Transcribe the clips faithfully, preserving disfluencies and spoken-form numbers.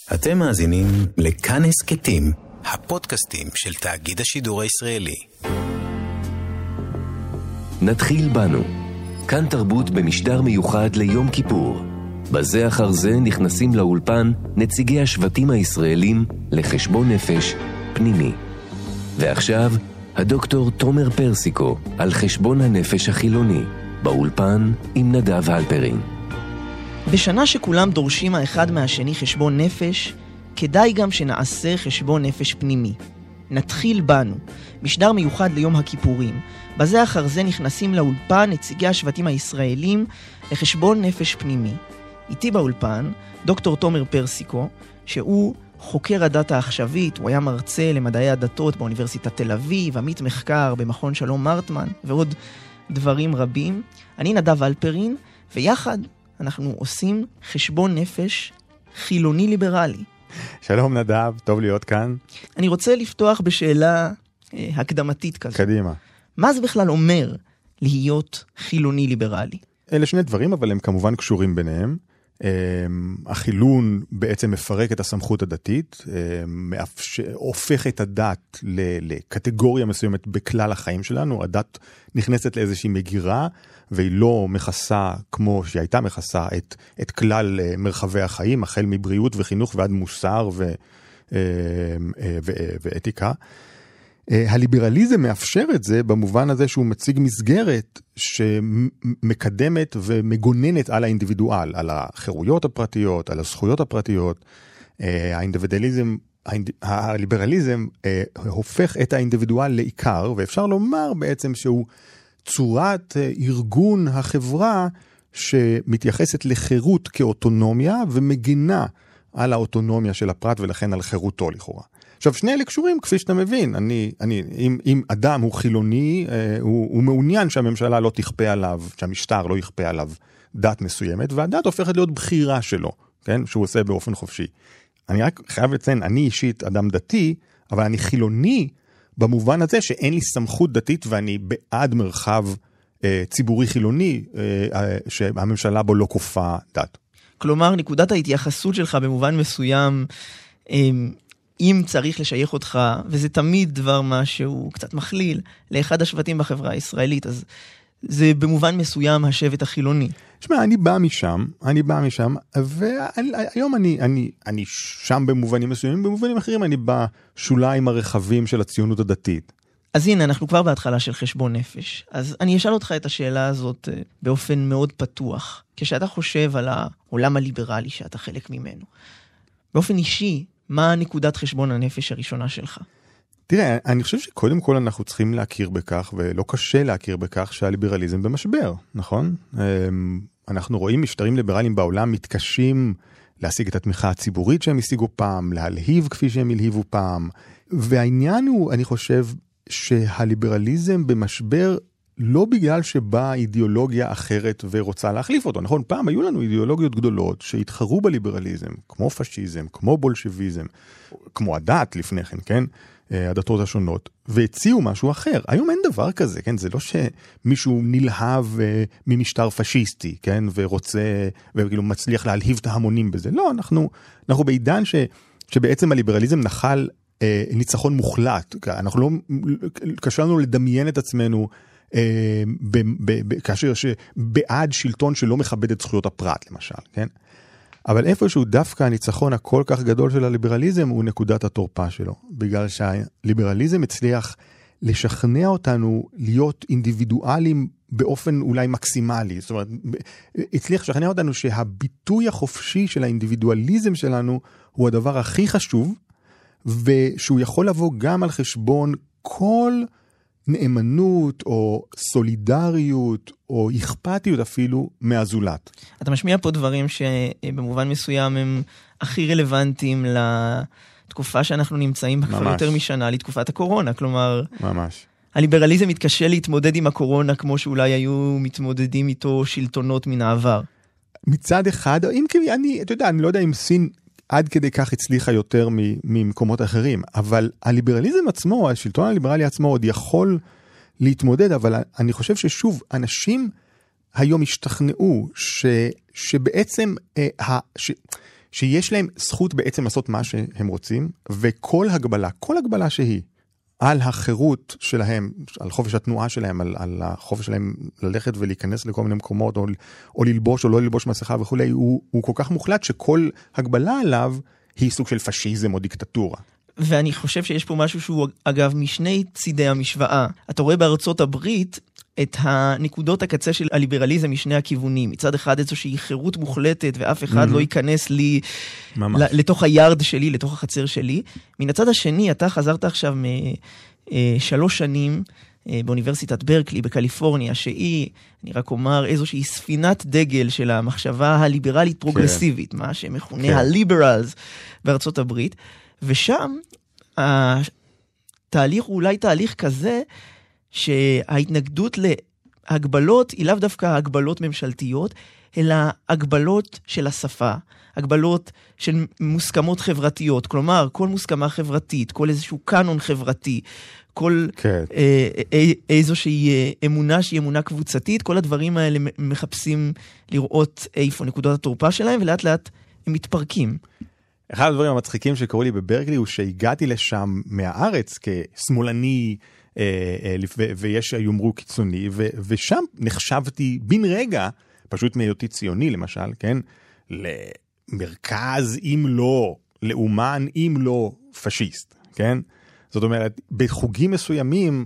אתם מאזינים לכאן הסכתים, הפודקאסטים של תאגיד השידור הישראלי. נתחיל בנו. כאן תרבות במשדר מיוחד ליום כיפור. בזה אחר זה נכנסים לאולפן נציגי השבטים הישראלים לחשבון נפש פנימי. ועכשיו, הדוקטור תומר פרסיקו על חשבון הנפש החילוני, באולפן עם נדב הלפרין. בשנה שכולם דורשים האחד מהשני חשבון נפש, כדאי גם שנעשה חשבון נפש פנימי. נתחיל בנו, משדר מיוחד ליום הכיפורים. בזה אחר זה נכנסים לאולפן נציגי השבטים הישראלים לחשבון נפש פנימי. איתי באולפן דוקטור תומר פרסיקו, שהוא חוקר הדת העכשווית, הוא היה מרצה למדעי הדתות באוניברסיטת תל אביב, עמית מחקר במכון שלום מרטמן ועוד דברים רבים. אני נדב הלפרין, ויחד אנחנו עושים חשבון נפש חילוני ליברלי. שלום נדב, טוב להיות כאן. אני רוצה לפתוח בשאלה אה, הקדמתית כזו. קדימה. מה זה בכלל אומר להיות חילוני ליברלי? אלה שני דברים, אבל הם כמובן קשורים ביניהם. החילון בעצם מפרק את הסמכות הדתית, הופך את הדת לקטגוריה מסוימת בכלל החיים שלנו. הדת נכנסת לאיזושהי מגירה, והיא לא מכסה כמו שהיא הייתה מכסה את, את כלל מרחבי החיים, החל מבריאות וחינוך ועד מוסר ו, ו, ואתיקה. הליברליזם מאפשר את זה במובן הזה שהוא מציג מסגרת שמקדמת ומגוננת על האינדיבידואל, על החירויות הפרטיות, על הזכויות הפרטיות. האינדיבידואליזם, הליברליזם הופך את האינדיבידואל לעיקר, ואפשר לומר בעצם שהוא צורת ארגון החברה שמתייחסת לחירות כאוטונומיה ומגינה על האוטונומיה של הפרט ולכן על חירותו לכאורה. עכשיו, שני אלה קשורים, כפי שאתה מבין, אני, אני, אם, אם אדם הוא חילוני, אה, הוא, הוא מעוניין שהממשלה לא תכפה עליו, שהמשטר לא יכפה עליו דת מסוימת, והדת הופכת להיות בחירה שלו, כן? שהוא עושה באופן חופשי. אני רק חייב לציין, אני אישית אדם דתי, אבל אני חילוני במובן הזה שאין לי סמכות דתית, ואני בעד מרחב אה, ציבורי חילוני, אה, שהממשלה בו לא כופה דת. כלומר, נקודת ההתייחסות שלך במובן מסוים, אה, אם צריך לשייך אותך, וזה תמיד דבר משהו קצת מכליל, לאחד השבטים בחברה הישראלית, אז זה במובן מסוים השבט החילוני. שמע, אני בא משם, אני בא משם, והיום אני, אני, אני שם במובנים מסוימים, במובנים אחרים אני בשוליים הרחבים של הציונות הדתית. אז הנה, אנחנו כבר בהתחלה של חשבון נפש. אז אני אשאל אותך את השאלה הזאת באופן מאוד פתוח. כשאתה חושב על העולם הליברלי שאתה חלק ממנו, באופן אישי, מה נקודת חשבון הנפש הראשונה שלך? תראה, אני חושב שקודם כל אנחנו צריכים להכיר בכך, ולא קשה להכיר בכך שהליברליזם במשבר, נכון? אנחנו רואים משטרים ליברליים בעולם מתקשים להשיג את התמיכה הציבורית שהם השיגו פעם, להלהיב כפי שהם הלהיבו פעם, והעניין הוא, אני חושב, שהליברליזם במשבר לא בגלל שבאה אידיאולוגיה אחרת ורוצה להחליף אותו, נכון? פעם היו לנו אידיאולוגיות גדולות שהתחרו בליברליזם, כמו פשיזם, כמו בולשביזם, כמו הדת לפני כן, כן? הדתות השונות, והציעו משהו אחר. היום אין דבר כזה, כן? זה לא שמישהו נלהב ממשטר פשיסטי, כן? ורוצה, וכאילו מצליח להלהיב את ההמונים בזה. לא, אנחנו, אנחנו בעידן ש, שבעצם הליברליזם נחל אה, ניצחון מוחלט. אנחנו לא, קשה לנו לדמיין את עצמנו ב, ב, ב, כאשר שבעד שלטון שלא מכבד את זכויות הפרט, למשל, כן? אבל איפשהו דווקא הניצחון הכל כך גדול של הליברליזם הוא נקודת התורפה שלו, בגלל שהליברליזם הצליח לשכנע אותנו להיות אינדיבידואלים באופן אולי מקסימלי, זאת אומרת, הצליח לשכנע אותנו שהביטוי החופשי של האינדיבידואליזם שלנו הוא הדבר הכי חשוב, ושהוא יכול לבוא גם על חשבון כל נאמנות או סולידריות או אכפתיות אפילו מהזולת. אתה משמיע פה דברים שבמובן מסוים הם הכי רלוונטיים לתקופה שאנחנו נמצאים בה כבר יותר משנה, לתקופת הקורונה, כלומר... ממש. הליברליזם מתקשה להתמודד עם הקורונה כמו שאולי היו מתמודדים איתו שלטונות מן העבר. מצד אחד, אם כי אני, אתה יודע, אני לא יודע אם סין עד כדי כך הצליחה יותר ממקומות אחרים, אבל הליברליזם עצמו, השלטון הליברלי עצמו עוד יכול להתמודד, אבל אני חושב ששוב, אנשים היום השתכנעו ש, שבעצם, ש, שיש להם זכות בעצם לעשות מה שהם רוצים, וכל הגבלה, כל הגבלה שהיא, על החירות שלהם, על חופש התנועה שלהם, על, על החופש שלהם ללכת ולהיכנס לכל מיני מקומות, או, או ללבוש או לא ללבוש מסכה וכו', הוא, הוא כל כך מוחלט שכל הגבלה עליו היא סוג של פשיזם או דיקטטורה. ואני חושב שיש פה משהו שהוא, אגב, משני צידי המשוואה. אתה רואה בארצות הברית את הנקודות הקצה של הליברליזם משני הכיוונים. מצד אחד איזושהי חירות מוחלטת, ואף אחד mm-hmm. לא ייכנס לי לתוך היארד שלי, לתוך החצר שלי. מן הצד השני, אתה חזרת עכשיו משלוש שנים באוניברסיטת ברקלי, בקליפורניה, שהיא, אני רק אומר, איזושהי ספינת דגל של המחשבה הליברלית פרוגרסיבית, כן. מה שמכונה כן. הליברלס בארצות הברית. ושם התהליך הוא אולי תהליך כזה, שההתנגדות להגבלות היא לאו דווקא הגבלות ממשלתיות, אלא הגבלות של השפה, הגבלות של מוסכמות חברתיות, כלומר, כל מוסכמה חברתית, כל איזשהו קאנון חברתי, כל כן. אה, אה, איזושהי אמונה שהיא אמונה קבוצתית, כל הדברים האלה מחפשים לראות איפה נקודות התורפה שלהם, ולאט לאט הם מתפרקים. אחד הדברים המצחיקים שקראו לי בברקלי, הוא שהגעתי לשם מהארץ כשמאלני, ויש יאמרו קיצוני, ושם נחשבתי בן רגע, פשוט מהיותי ציוני למשל, כן, למרכז אם לא, לאומן אם לא פשיסט, כן? זאת אומרת, בחוגים מסוימים,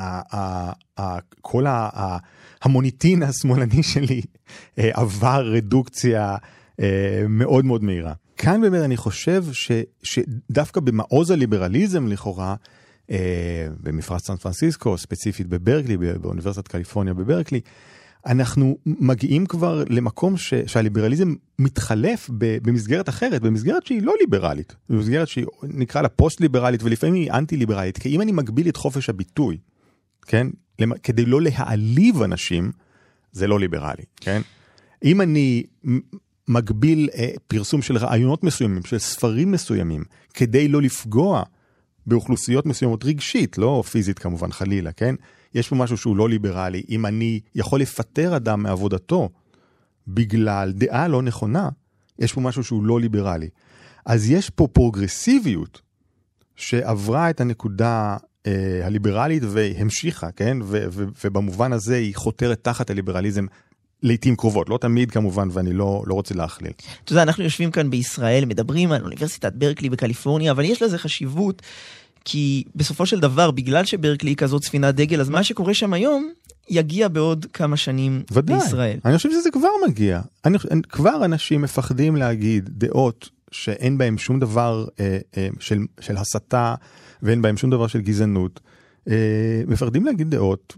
כל המוניטין השמאלני שלי עבר רדוקציה מאוד מאוד מהירה. כאן באמת אני חושב ש, שדווקא במעוז הליברליזם לכאורה, אה, במפרץ סן פרנסיסקו, ספציפית בברקלי, באוניברסיטת קליפורניה בברקלי, אנחנו מגיעים כבר למקום ש, שהליברליזם מתחלף במסגרת אחרת, במסגרת שהיא לא ליברלית, במסגרת שהיא נקרא לה פוסט-ליברלית, ולפעמים היא אנטי-ליברלית, כי אם אני מגביל את חופש הביטוי, כן, כדי לא להעליב אנשים, זה לא ליברלי, כן? אם אני מגביל אה, פרסום של רעיונות מסוימים, של ספרים מסוימים, כדי לא לפגוע באוכלוסיות מסוימות רגשית, לא פיזית כמובן, חלילה, כן? יש פה משהו שהוא לא ליברלי. אם אני יכול לפטר אדם מעבודתו בגלל דעה לא נכונה, יש פה משהו שהוא לא ליברלי. אז יש פה פרוגרסיביות שעברה את הנקודה אה, הליברלית והמשיכה, כן? ו- ו- ובמובן הזה היא חותרת תחת הליברליזם לעתים קרובות, לא תמיד כמובן, ואני לא, לא רוצה להכליל. אתה יודע, אנחנו יושבים כאן בישראל, מדברים על אוניברסיטת ברקלי בקליפורניה, אבל יש לזה חשיבות, כי בסופו של דבר, בגלל שברקלי היא כזאת ספינת דגל, אז מה שקורה שם היום, יגיע בעוד כמה שנים ודאי. בישראל. אני חושב שזה כבר מגיע. אני, כבר אנשים מפחדים להגיד דעות שאין בהם שום דבר אה, אה, של, של הסתה, ואין בהם שום דבר של גזענות. אה, מפחדים להגיד דעות,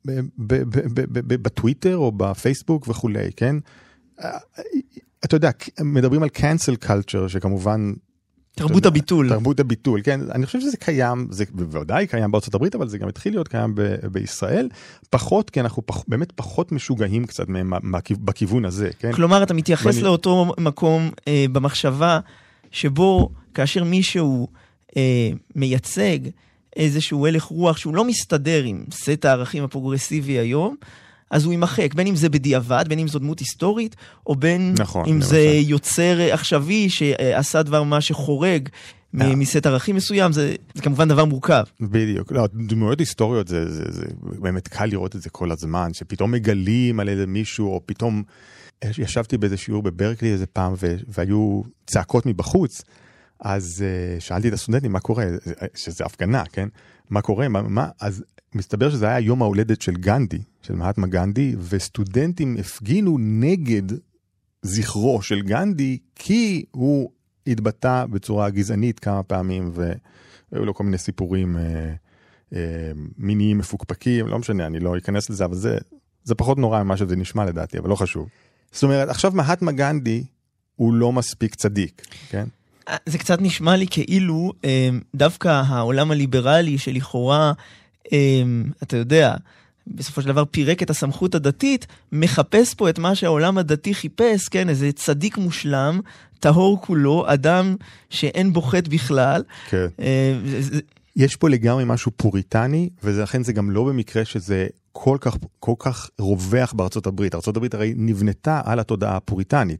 בטוויטר או בפייסבוק וכולי, כן? אתה יודע, מדברים על cancel culture, שכמובן תרבות הביטול. תרבות הביטול, כן? אני חושב שזה קיים, זה בוודאי קיים בארצות הברית, אבל זה גם התחיל להיות קיים בישראל, פחות, כי אנחנו באמת פחות משוגעים קצת בכיוון הזה, כן? כלומר, אתה מתייחס לאותו מקום במחשבה, שבו כאשר מישהו מייצג איזשהו הלך רוח שהוא לא מסתדר עם סט הערכים הפרוגרסיבי היום, אז הוא יימחק, בין אם זה בדיעבד, בין אם זו דמות היסטורית, או בין נכון, אם זה למשל. יוצר עכשווי שעשה דבר מה שחורג מסט ערכים מסוים, זה, זה כמובן דבר מורכב. בדיוק, לא, דמויות היסטוריות זה, זה, זה באמת קל לראות את זה כל הזמן, שפתאום מגלים על איזה מישהו, או פתאום ישבתי באיזה שיעור בברקלי איזה פעם, והיו צעקות מבחוץ, אז uh, שאלתי את הסטודנטים, מה קורה? שזה הפגנה, כן? מה קורה? מה, מה? אז מסתבר שזה היה יום ההולדת של גנדי, של מהטמה גנדי, וסטודנטים הפגינו נגד זכרו של גנדי, כי הוא התבטא בצורה גזענית כמה פעמים, והיו לו כל מיני סיפורים אה, אה, מיניים מפוקפקים, לא משנה, אני לא אכנס לזה, אבל זה, זה פחות נורא ממה שזה נשמע לדעתי, אבל לא חשוב. זאת אומרת, עכשיו מהטמה גנדי הוא לא מספיק צדיק, כן? זה קצת נשמע לי כאילו דווקא העולם הליברלי שלכאורה, אתה יודע, בסופו של דבר פירק את הסמכות הדתית, מחפש פה את מה שהעולם הדתי חיפש, כן, איזה צדיק מושלם, טהור כולו, אדם שאין בו חטא בכלל. כן. יש פה לגמרי משהו פוריטני, ולכן זה גם לא במקרה שזה כל כך, כל כך רווח בארצות הברית. ארצות הברית הרי נבנתה על התודעה הפוריטנית.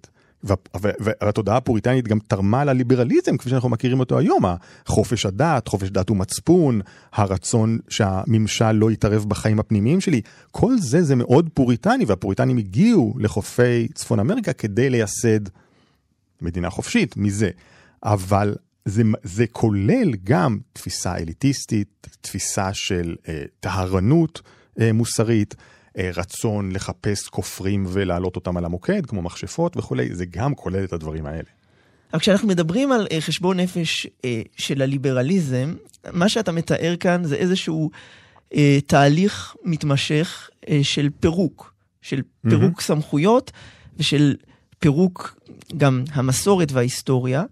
והתודעה הפוריטנית גם תרמה לליברליזם, כפי שאנחנו מכירים אותו היום, חופש הדת, חופש דת ומצפון, הרצון שהממשל לא יתערב בחיים הפנימיים שלי, כל זה זה מאוד פוריטני, והפוריטנים הגיעו לחופי צפון אמריקה כדי לייסד מדינה חופשית מזה. אבל זה, זה כולל גם תפיסה אליטיסטית, תפיסה של אה, טהרנות אה, מוסרית, רצון לחפש כופרים ולהעלות אותם על המוקד, כמו מכשפות וכו', זה גם כולל את הדברים האלה. אבל כשאנחנו מדברים על חשבון נפש של הליברליזם, מה שאתה מתאר כאן זה איזשהו תהליך מתמשך של פירוק, של פירוק mm-hmm. סמכויות, ושל פירוק גם המסורת וההיסטוריה,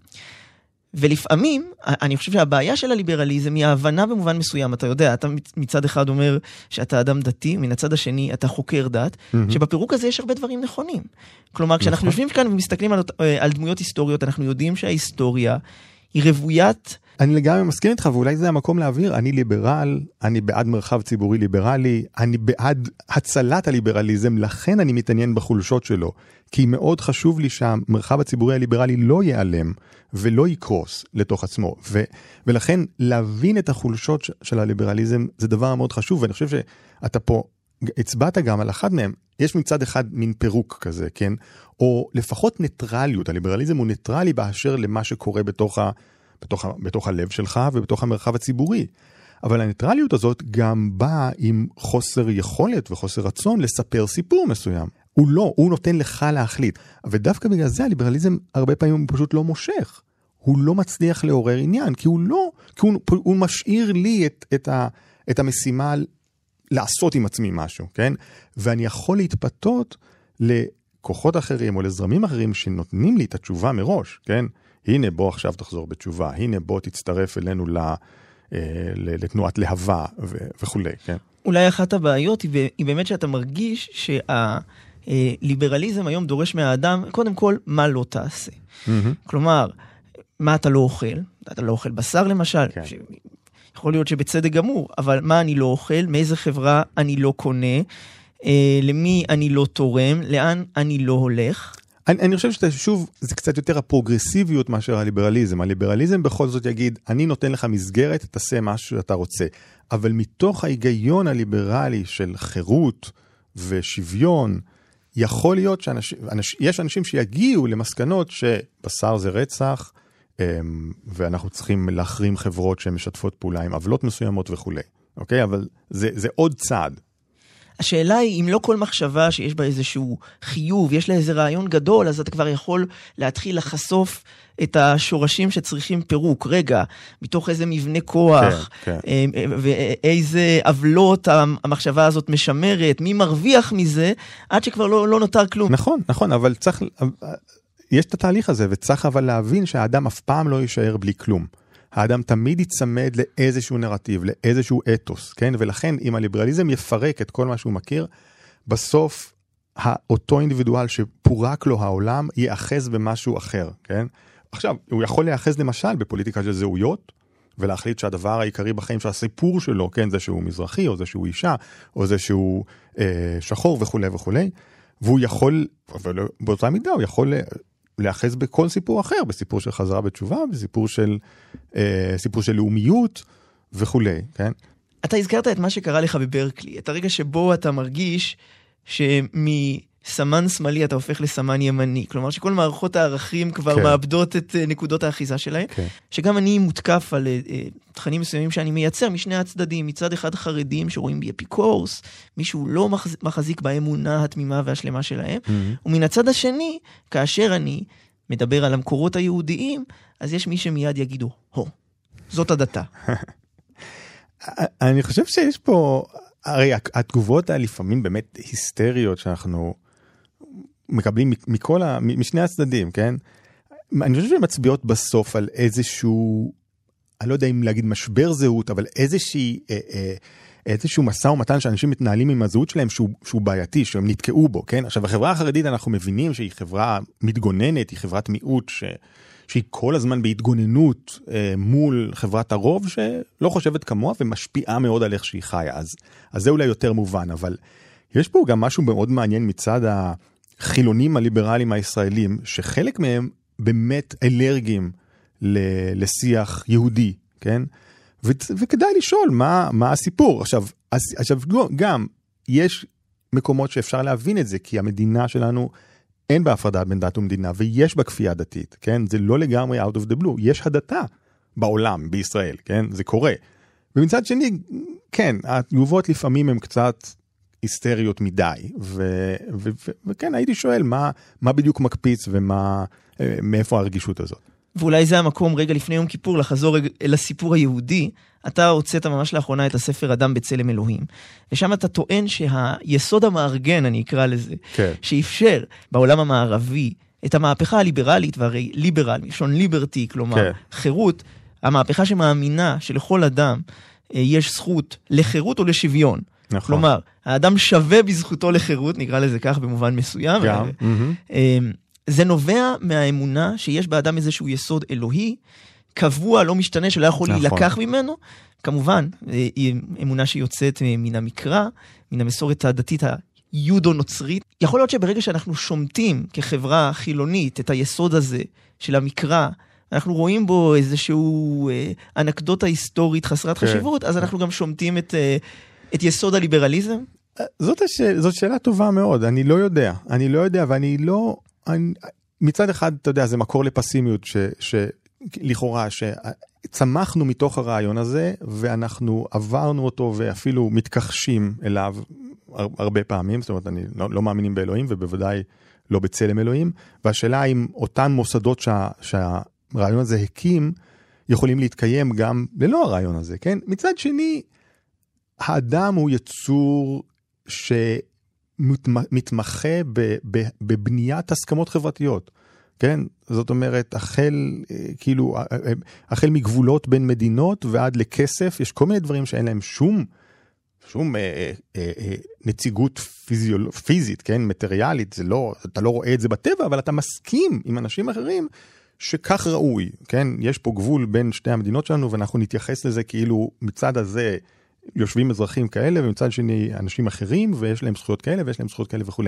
ולפעמים, אני חושב שהבעיה של הליברליזם היא ההבנה במובן מסוים. אתה יודע, אתה מצד אחד אומר שאתה אדם דתי, מן הצד השני אתה חוקר דת, mm-hmm. שבפירוק הזה יש הרבה דברים נכונים. כלומר, כשאנחנו יושבים כאן ומסתכלים על, על דמויות היסטוריות, אנחנו יודעים שההיסטוריה היא רוויית... אני לגמרי מסכים איתך, ואולי זה המקום להעביר, אני ליברל, אני בעד מרחב ציבורי ליברלי, אני בעד הצלת הליברליזם, לכן אני מתעניין בחולשות שלו, כי מאוד חשוב לי שהמרחב הציבורי הליברלי לא ייעלם, ולא יקרוס לתוך עצמו, ו- ולכן להבין את החולשות של הליברליזם, זה דבר מאוד חשוב, ואני חושב שאתה פה הצבעת גם על אחד מהם, יש מצד אחד מין פירוק כזה, כן? או לפחות ניטרליות, הליברליזם הוא ניטרלי באשר למה שקורה בתוך ה... בתוך, בתוך הלב שלך ובתוך המרחב הציבורי. אבל הניטרליות הזאת גם באה עם חוסר יכולת וחוסר רצון לספר סיפור מסוים. הוא לא, הוא נותן לך להחליט. ודווקא בגלל זה הליברליזם הרבה פעמים הוא פשוט לא מושך. הוא לא מצליח לעורר עניין, כי הוא לא, כי הוא, הוא משאיר לי את, את, ה, את המשימה לעשות עם עצמי משהו, כן? ואני יכול להתפתות לכוחות אחרים או לזרמים אחרים שנותנים לי את התשובה מראש, כן? הנה בוא עכשיו תחזור בתשובה, הנה בוא תצטרף אלינו לתנועת להבה וכו'. כן? אולי אחת הבעיות היא באמת שאתה מרגיש שהליברליזם היום דורש מהאדם, קודם כל, מה לא תעשה. כלומר, מה אתה לא אוכל? אתה לא אוכל בשר למשל, יכול להיות שבצדק גמור, אבל מה אני לא אוכל? מאיזה חברה אני לא קונה? למי אני לא תורם? לאן אני לא הולך? אני, אני חושב ששוב, זה קצת יותר הפרוגרסיביות מאשר הליברליזם. הליברליזם בכל זאת יגיד, אני נותן לך מסגרת, תעשה מה שאתה רוצה. אבל מתוך ההיגיון הליברלי של חירות ושוויון, יכול להיות שיש אנשים שיגיעו למסקנות שבשר זה רצח, ואנחנו צריכים להחרים חברות שהן משתפות פעולה עם עוולות מסוימות וכו'. אוקיי? אבל זה, זה עוד צעד. השאלה היא, אם לא כל מחשבה שיש בה איזשהו חיוב, יש לה איזה רעיון גדול, אז אתה כבר יכול להתחיל לחשוף את השורשים שצריכים פירוק. רגע, מתוך איזה מבנה כוח, כן, כן. ואיזה עוולות המחשבה הזאת משמרת, מי מרוויח מזה, עד שכבר לא, לא נותר כלום. נכון, נכון, אבל צריך, יש את התהליך הזה, וצריך אבל להבין שהאדם אף פעם לא יישאר בלי כלום. האדם תמיד יצמד לאיזשהו נרטיב, לאיזשהו אתוס, כן? ולכן, אם הליברליזם יפרק את כל מה שהוא מכיר, בסוף, אותו אינדיבידואל שפורק לו העולם, יאחז במשהו אחר, כן? עכשיו, הוא יכול להיאחז למשל בפוליטיקה של זהויות, ולהחליט שהדבר העיקרי בחיים של הסיפור שלו, כן? זה שהוא מזרחי, או זה שהוא אישה, או זה שהוא אה, שחור וכו' וכו'. והוא יכול, באותה מידה, הוא יכול... להאחז בכל סיפור אחר, בסיפור של חזרה בתשובה, בסיפור של, אה, סיפור של לאומיות וכולי, כן? אתה הזכרת את מה שקרה לך בברקלי, את הרגע שבו אתה מרגיש שמסמן שמאלי אתה הופך לסמן ימני, כלומר שכל מערכות הערכים כבר כן. מאבדות את נקודות האחיזה שלהם, כן. שגם אני מותקף על אה, תכנים מסוימים שאני מייצר משני הצדדים, מצד אחד חרדים שרואים בי אפיקורס, מישהו לא מחז... מחזיק באמונה התמימה והשלמה שלהם, mm-hmm. ומן הצד השני, כאשר אני מדבר על המקורות היהודיים, אז יש מי שמיד יגידו, הו, זאת הדתה. אני חושב שיש פה, הרי התגובות לפעמים באמת היסטריות שאנחנו מקבלים מכל ה... משני הצדדים, כן? אני חושב שהן מצביעות בסוף על איזשהו, אני לא יודע אם להגיד משבר זהות, אבל איזושהי, איזשהו מסע ומתן שאנשים מתנהלים עם הזהות שלהם שהוא, שהוא בעייתי, שהם נתקעו בו, כן? עכשיו, החברה החרדית אנחנו מבינים שהיא חברה מתגוננת, היא חברת מיעוט ש... שהיא כל הזמן בהתגוננות אה, מול חברת הרוב שלא חושבת כמוה ומשפיעה מאוד על איך שהיא חיה. אז, אז זה אולי יותר מובן, אבל יש פה גם משהו מאוד מעניין מצד החילונים הליברליים הישראלים, שחלק מהם באמת אלרגיים לשיח יהודי, כן? ו- וכדאי לשאול מה, מה הסיפור. עכשיו, עכשיו, גם יש מקומות שאפשר להבין את זה, כי המדינה שלנו אין בה הפרדה בין דת ומדינה, ויש בה כפייה דתית, כן? זה לא לגמרי out of the blue, יש הדתה בעולם, בישראל, כן? זה קורה. ומצד שני, כן, התגובות לפעמים הן קצת היסטריות מדי, ו- ו- ו- וכן, הייתי שואל מה, מה בדיוק מקפיץ ומה, מאיפה הרגישות הזאת. ואולי זה המקום רגע לפני יום כיפור לחזור אל הסיפור היהודי. אתה הוצאת ממש לאחרונה את הספר אדם בצלם אלוהים, ושם אתה טוען שהיסוד המארגן, אני אקרא לזה, כן. שאפשר בעולם המערבי את המהפכה הליברלית, והרי ליברל, משון ליברטי, כלומר כן. חירות, המהפכה שמאמינה שלכל אדם יש זכות לחירות או לשוויון. נכון. כלומר, האדם שווה בזכותו לחירות, נקרא לזה כך במובן מסוים. גם. Mm-hmm. זה נובע מהאמונה שיש באדם איזשהו יסוד אלוהי, קבוע, לא משתנה, שלא יכול נכון. להילקח ממנו. כמובן, היא אמונה שיוצאת מן המקרא, מן המסורת הדתית היודו-נוצרית. יכול להיות שברגע שאנחנו שומטים כחברה חילונית את היסוד הזה של המקרא, אנחנו רואים בו איזשהו אה, אנקדוטה היסטורית חסרת כן. חשיבות, אז אנחנו גם שומטים את, אה, את יסוד הליברליזם? זאת, הש... זאת שאלה טובה מאוד, אני לא יודע. אני לא יודע, ואני לא... אני... מצד אחד, אתה יודע, זה מקור לפסימיות, ש... ש... לכאורה, שצמחנו מתוך הרעיון הזה, ואנחנו עברנו אותו ואפילו מתכחשים אליו הרבה פעמים, זאת אומרת, אני לא, לא מאמינים באלוהים, ובוודאי לא בצלם אלוהים, והשאלה אם אותן מוסדות שה... שהרעיון הזה הקים, יכולים להתקיים גם ללא הרעיון הזה, כן? מצד שני, האדם הוא יצור שמתמחה בבניית הסכמות חברתיות, כן? זאת אומרת, החל, כאילו, החל מגבולות בין מדינות ועד לכסף, יש כל מיני דברים שאין להם שום, שום אה, אה, אה, נציגות פיזיול, פיזית, כן? מטריאלית, זה לא, אתה לא רואה את זה בטבע, אבל אתה מסכים עם אנשים אחרים שכך ראוי, כן? יש פה גבול בין שתי המדינות שלנו, ואנחנו נתייחס לזה כאילו מצד הזה יושבים אזרחים כאלה, ומצד שני אנשים אחרים, ויש להם זכויות כאלה, ויש להם זכויות כאלה וכו'.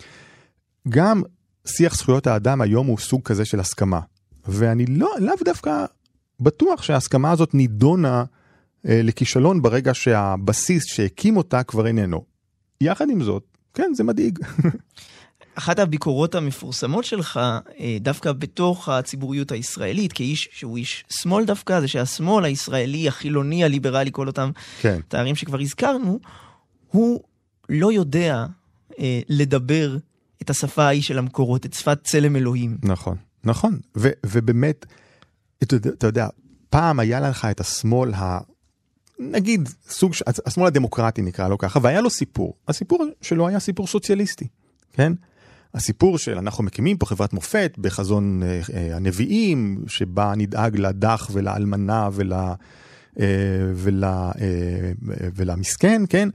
גם שיח זכויות האדם היום הוא סוג כזה של הסכמה, ואני לא, לאו דווקא בטוח שההסכמה הזאת נידונה אה, לכישלון ברגע שהבסיס שהקים אותה כבר איננו. יחד עם זאת, כן, זה מדאיג. אחת הביקורות המפורסמות שלך, דווקא בתוך הציבוריות הישראלית, כאיש שהוא איש שמאל דווקא, זה שהשמאל הישראלי, החילוני, הליברלי, כל אותם כן. תארים שכבר הזכרנו, הוא לא יודע אה, לדבר את השפה ההיא של המקורות, את שפת צלם אלוהים. נכון, נכון. ו- ובאמת, אתה, אתה יודע, פעם היה לך את השמאל ה... נגיד, סוג, השמאל הדמוקרטי נקרא לו ככה, והיה לו סיפור. הסיפור שלו היה סיפור סוציאליסטי, כן? הסיפור של אנחנו מקימים פה חברת מופת בחזון אה, אה, הנביאים, שבה נדאג לדח ולאלמנה ול, אה, ול, אה, ולמסכן, כן?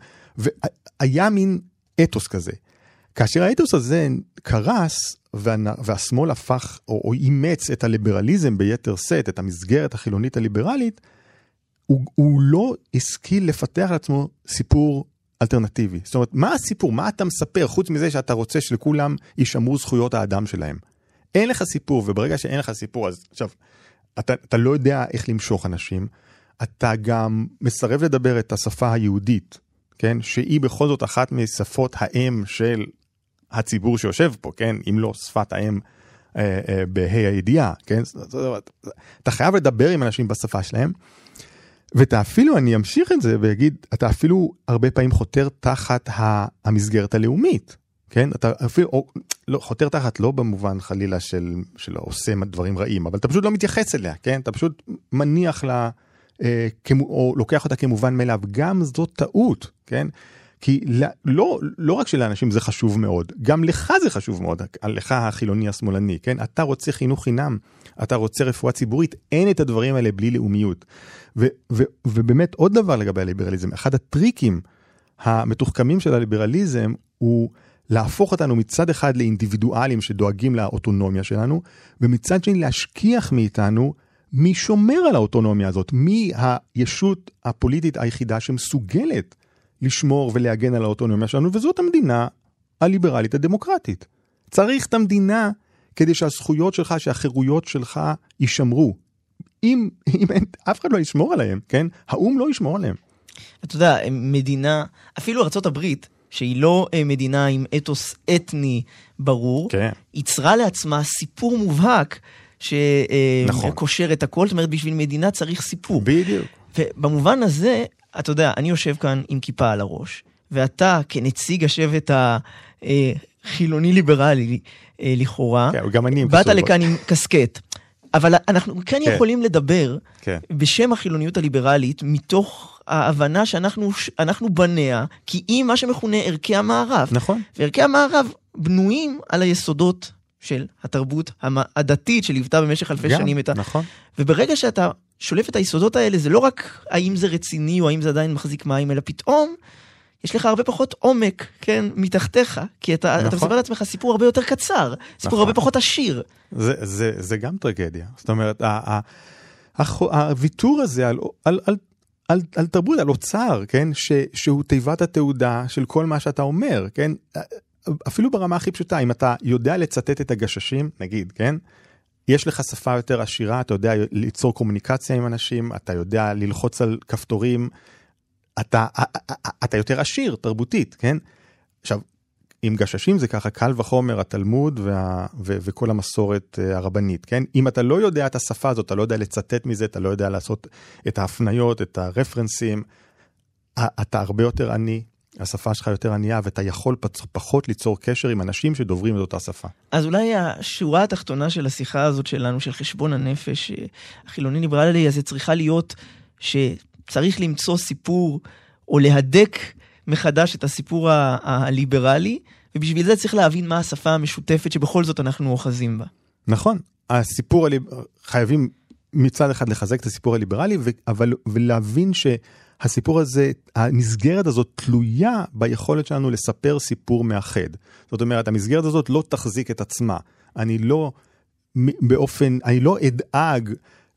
והיה מין אתוס כזה. כאשר האתוס הזה קרס, וה, והשמאל הפך, או, או אימץ את הליברליזם ביתר סט, את המסגרת החילונית הליברלית, הוא, הוא לא השכיל לפתח לעצמו סיפור אלטרנטיבי. זאת אומרת, מה הסיפור? מה אתה מספר? חוץ מזה שאתה רוצה שלכולם יישמרו זכויות האדם שלהם. אין לך סיפור, וברגע שאין לך סיפור, אז עכשיו, אתה, אתה לא יודע איך למשוך אנשים, אתה גם מסרב לדבר את השפה היהודית, כן? שהיא בכל זאת אחת משפות האם של הציבור שיושב פה, כן? אם לא שפת האם אה, אה, בה"א הידיעה, כן? זאת אומרת, אתה חייב לדבר עם אנשים בשפה שלהם, ואתה אפילו, אני אמשיך את זה ויגיד, אתה אפילו הרבה פעמים חותר תחת המסגרת הלאומית, כן? אתה אפילו, או, לא, חותר תחת לא במובן חלילה של, של עושה דברים רעים, אבל אתה פשוט לא מתייחס אליה, כן? אתה פשוט מניח לה, אה, כמו, או לוקח אותה כמובן מאליו, גם זאת טעות, כן? כי לא, לא רק שלאנשים זה חשוב מאוד, גם לך זה חשוב מאוד, לך החילוני השמאלני, כן? אתה רוצה חינוך חינם, אתה רוצה רפואה ציבורית, אין את הדברים האלה בלי לאומיות. ו- ו- ובאמת עוד דבר לגבי הליברליזם, אחד הטריקים המתוחכמים של הליברליזם הוא להפוך אותנו מצד אחד לאינדיבידואלים שדואגים לאוטונומיה שלנו, ומצד שני להשכיח מאיתנו מי שומר על האוטונומיה הזאת, מי הישות הפוליטית היחידה שמסוגלת לשמור ולהגן על האוטונומיה שלנו, וזאת המדינה הליברלית הדמוקרטית. צריך את המדינה כדי שהזכויות שלך, שהחירויות שלך יישמרו. אם, אם אין, אף אחד לא ישמור עליהם, כן? האום לא ישמור עליהם. אתה יודע, מדינה, אפילו ארצות הברית, שהיא לא מדינה עם אתוס אתני ברור, כן. יצרה לעצמה סיפור מובהק שקושר נכון. את הכל, זאת אומרת, בשביל מדינה צריך סיפור. בדיוק. ובמובן הזה, אתה יודע, אני יושב כאן עם כיפה על הראש, ואתה כנציג השבט החילוני ליברלי לכאורה, כן, גם אני באת לכאן עם קסקט. אבל אנחנו כן, כן. יכולים לדבר כן. בשם החילוניות הליברלית, מתוך ההבנה שאנחנו אנחנו בניה, כי היא מה שמכונה ערכי המערב. נכון. וערכי המערב בנויים על היסודות של התרבות הדתית, שליוותה במשך אלפי גם, שנים את ה... נכון. וברגע שאתה שולף את היסודות האלה, זה לא רק האם זה רציני, או האם זה עדיין מחזיק מים, אלא פתאום יש לך הרבה פחות עומק, כן, מתחתיך, כי אתה, נכון. אתה מספר לעצמך סיפור הרבה יותר קצר, סיפור נכון. הרבה פחות עשיר. זה, זה, זה גם טרגדיה. זאת אומרת, הוויתור הזה על, על, על, על, על תרבות, על אוצר, כן, ש, שהוא תיבת התעודה של כל מה שאתה אומר, כן, אפילו ברמה הכי פשוטה, אם אתה יודע לצטט את הגששים, נגיד, כן, יש לך שפה יותר עשירה, אתה יודע ליצור קומוניקציה עם אנשים, אתה יודע ללחוץ על כפתורים, אתה, אתה יותר עשיר, תרבותית, כן? עכשיו, עם גששים זה ככה קל וחומר, התלמוד וה, ו, וכל המסורת הרבנית, כן? אם אתה לא יודע את השפה הזאת, אתה לא יודע לצטט מזה, אתה לא יודע לעשות את ההפניות, את הרפרנסים, אתה הרבה יותר עני, השפה שלך יותר ענייה, ואתה יכול פחות ליצור קשר עם אנשים שדוברים את אותה שפה. אז אולי השורה התחתונה של השיחה הזאת שלנו, של חשבון הנפש, החילוני ליברלי, אז זה צריכה להיות שצריך למצוא סיפור, או להדק מחדש את הסיפור ה- הליברלי, ובשביל זה צריך להבין מה השפה המשותפת שבכל זאת אנחנו אוחזים בה. נכון. הסיפור הליברלי, חייבים מצד אחד לחזק את הסיפור הליברלי, ו- אבל, ולהבין ש... הסיפור הזה, המסגרת הזאת תלויה ביכולת שלנו לספר סיפור מאחד. זאת אומרת, המסגרת הזאת לא תחזיק את עצמה. אני לא, באופן, אני לא אדאג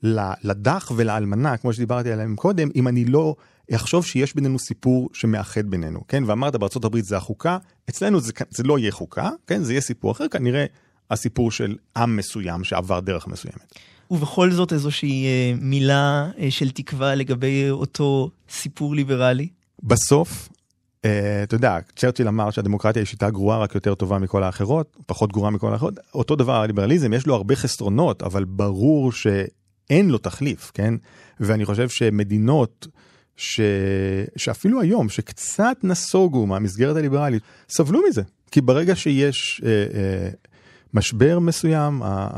לדח ולאלמנה, כמו שדיברתי עליהם קודם, אם אני לא אחשוב שיש בינינו סיפור שמאחד בינינו. כן? ואמרת, בארצות הברית זה החוקה, אצלנו זה, זה לא יהיה חוקה, כן? זה יהיה סיפור אחר, כנראה הסיפור של עם מסוים שעבר דרך מסוימת. ובכל זאת איזושהי אה, מילה אה, של תקווה לגבי אותו סיפור ליברלי? בסוף, אה, אתה יודע, צ'רצ'יל אמר שהדמוקרטיה היא שיטה גרועה רק יותר טובה מכל האחרות, פחות גרועה מכל האחרות. אותו דבר הליברליזם, יש לו הרבה חסרונות, אבל ברור שאין לו תחליף, כן? ואני חושב שמדינות ש... שאפילו היום, שקצת נסוגו מהמסגרת הליברלית, סבלו מזה. כי ברגע שיש... אה, אה, משבר מסוים,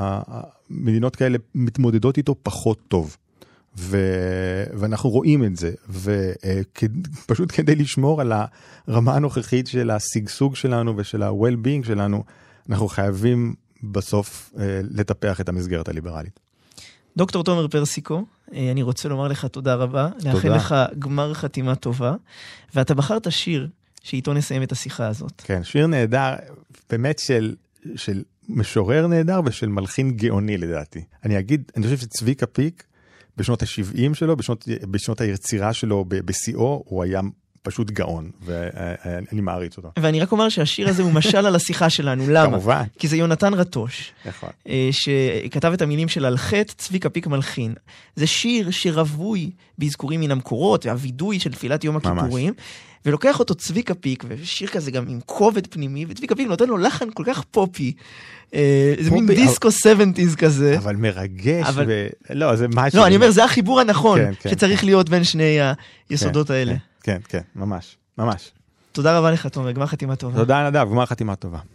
המדינות כאלה מתמודדות איתו פחות טוב. ו... ואנחנו רואים את זה. ופשוט כדי לשמור על הרמה הנוכחית של הסגסוג שלנו ושל ה-well-being שלנו, אנחנו חייבים בסוף לטפח את המסגרת הליברלית. דוקטור תומר פרסיקו, אני רוצה לומר לך תודה רבה. תודה. לאחל לך גמר חתימה טובה. ואתה בחרת שיר שאיתו נסיים את השיחה הזאת. כן, שיר נהדר, באמת של... של משורר נהדר ושל מלחין גאוני לדעתי. אני אגיד, אני חושב שצביקה פיק, בשנות ה-שבעים שלו, בשנות, בשנות היצירה שלו בשיאו, הוא היה פשוט גאון, ואני מעריץ אותו. ואני רק אומר שהשיר הזה הוא משל על השיחה שלנו, למה? כמובן. כי זה יונתן רטוש, נכון. שכתב את המילים של על חטא צביקה פיק מלחין. זה שיר שרווי באזכורים מן המקורות, והווידוי של תפילת יום הכיפורים, ולוקח אותו צביקה פיק, ושיר כזה גם עם כובד פנימי, וצביקה פיק נותן לו לחן כל כך פופי, זה מין דיסקו שבעים כזה. אבל מרגש, לא, זה משהו... לא, אני אומר, זה החיבור הנכון, שצריך להיות בין שני היסודות האלה. כן, כן, ממש, ממש. תודה רבה לך, תומר, גמר חתימה טובה. תודה נדב, גמר חתימה טובה.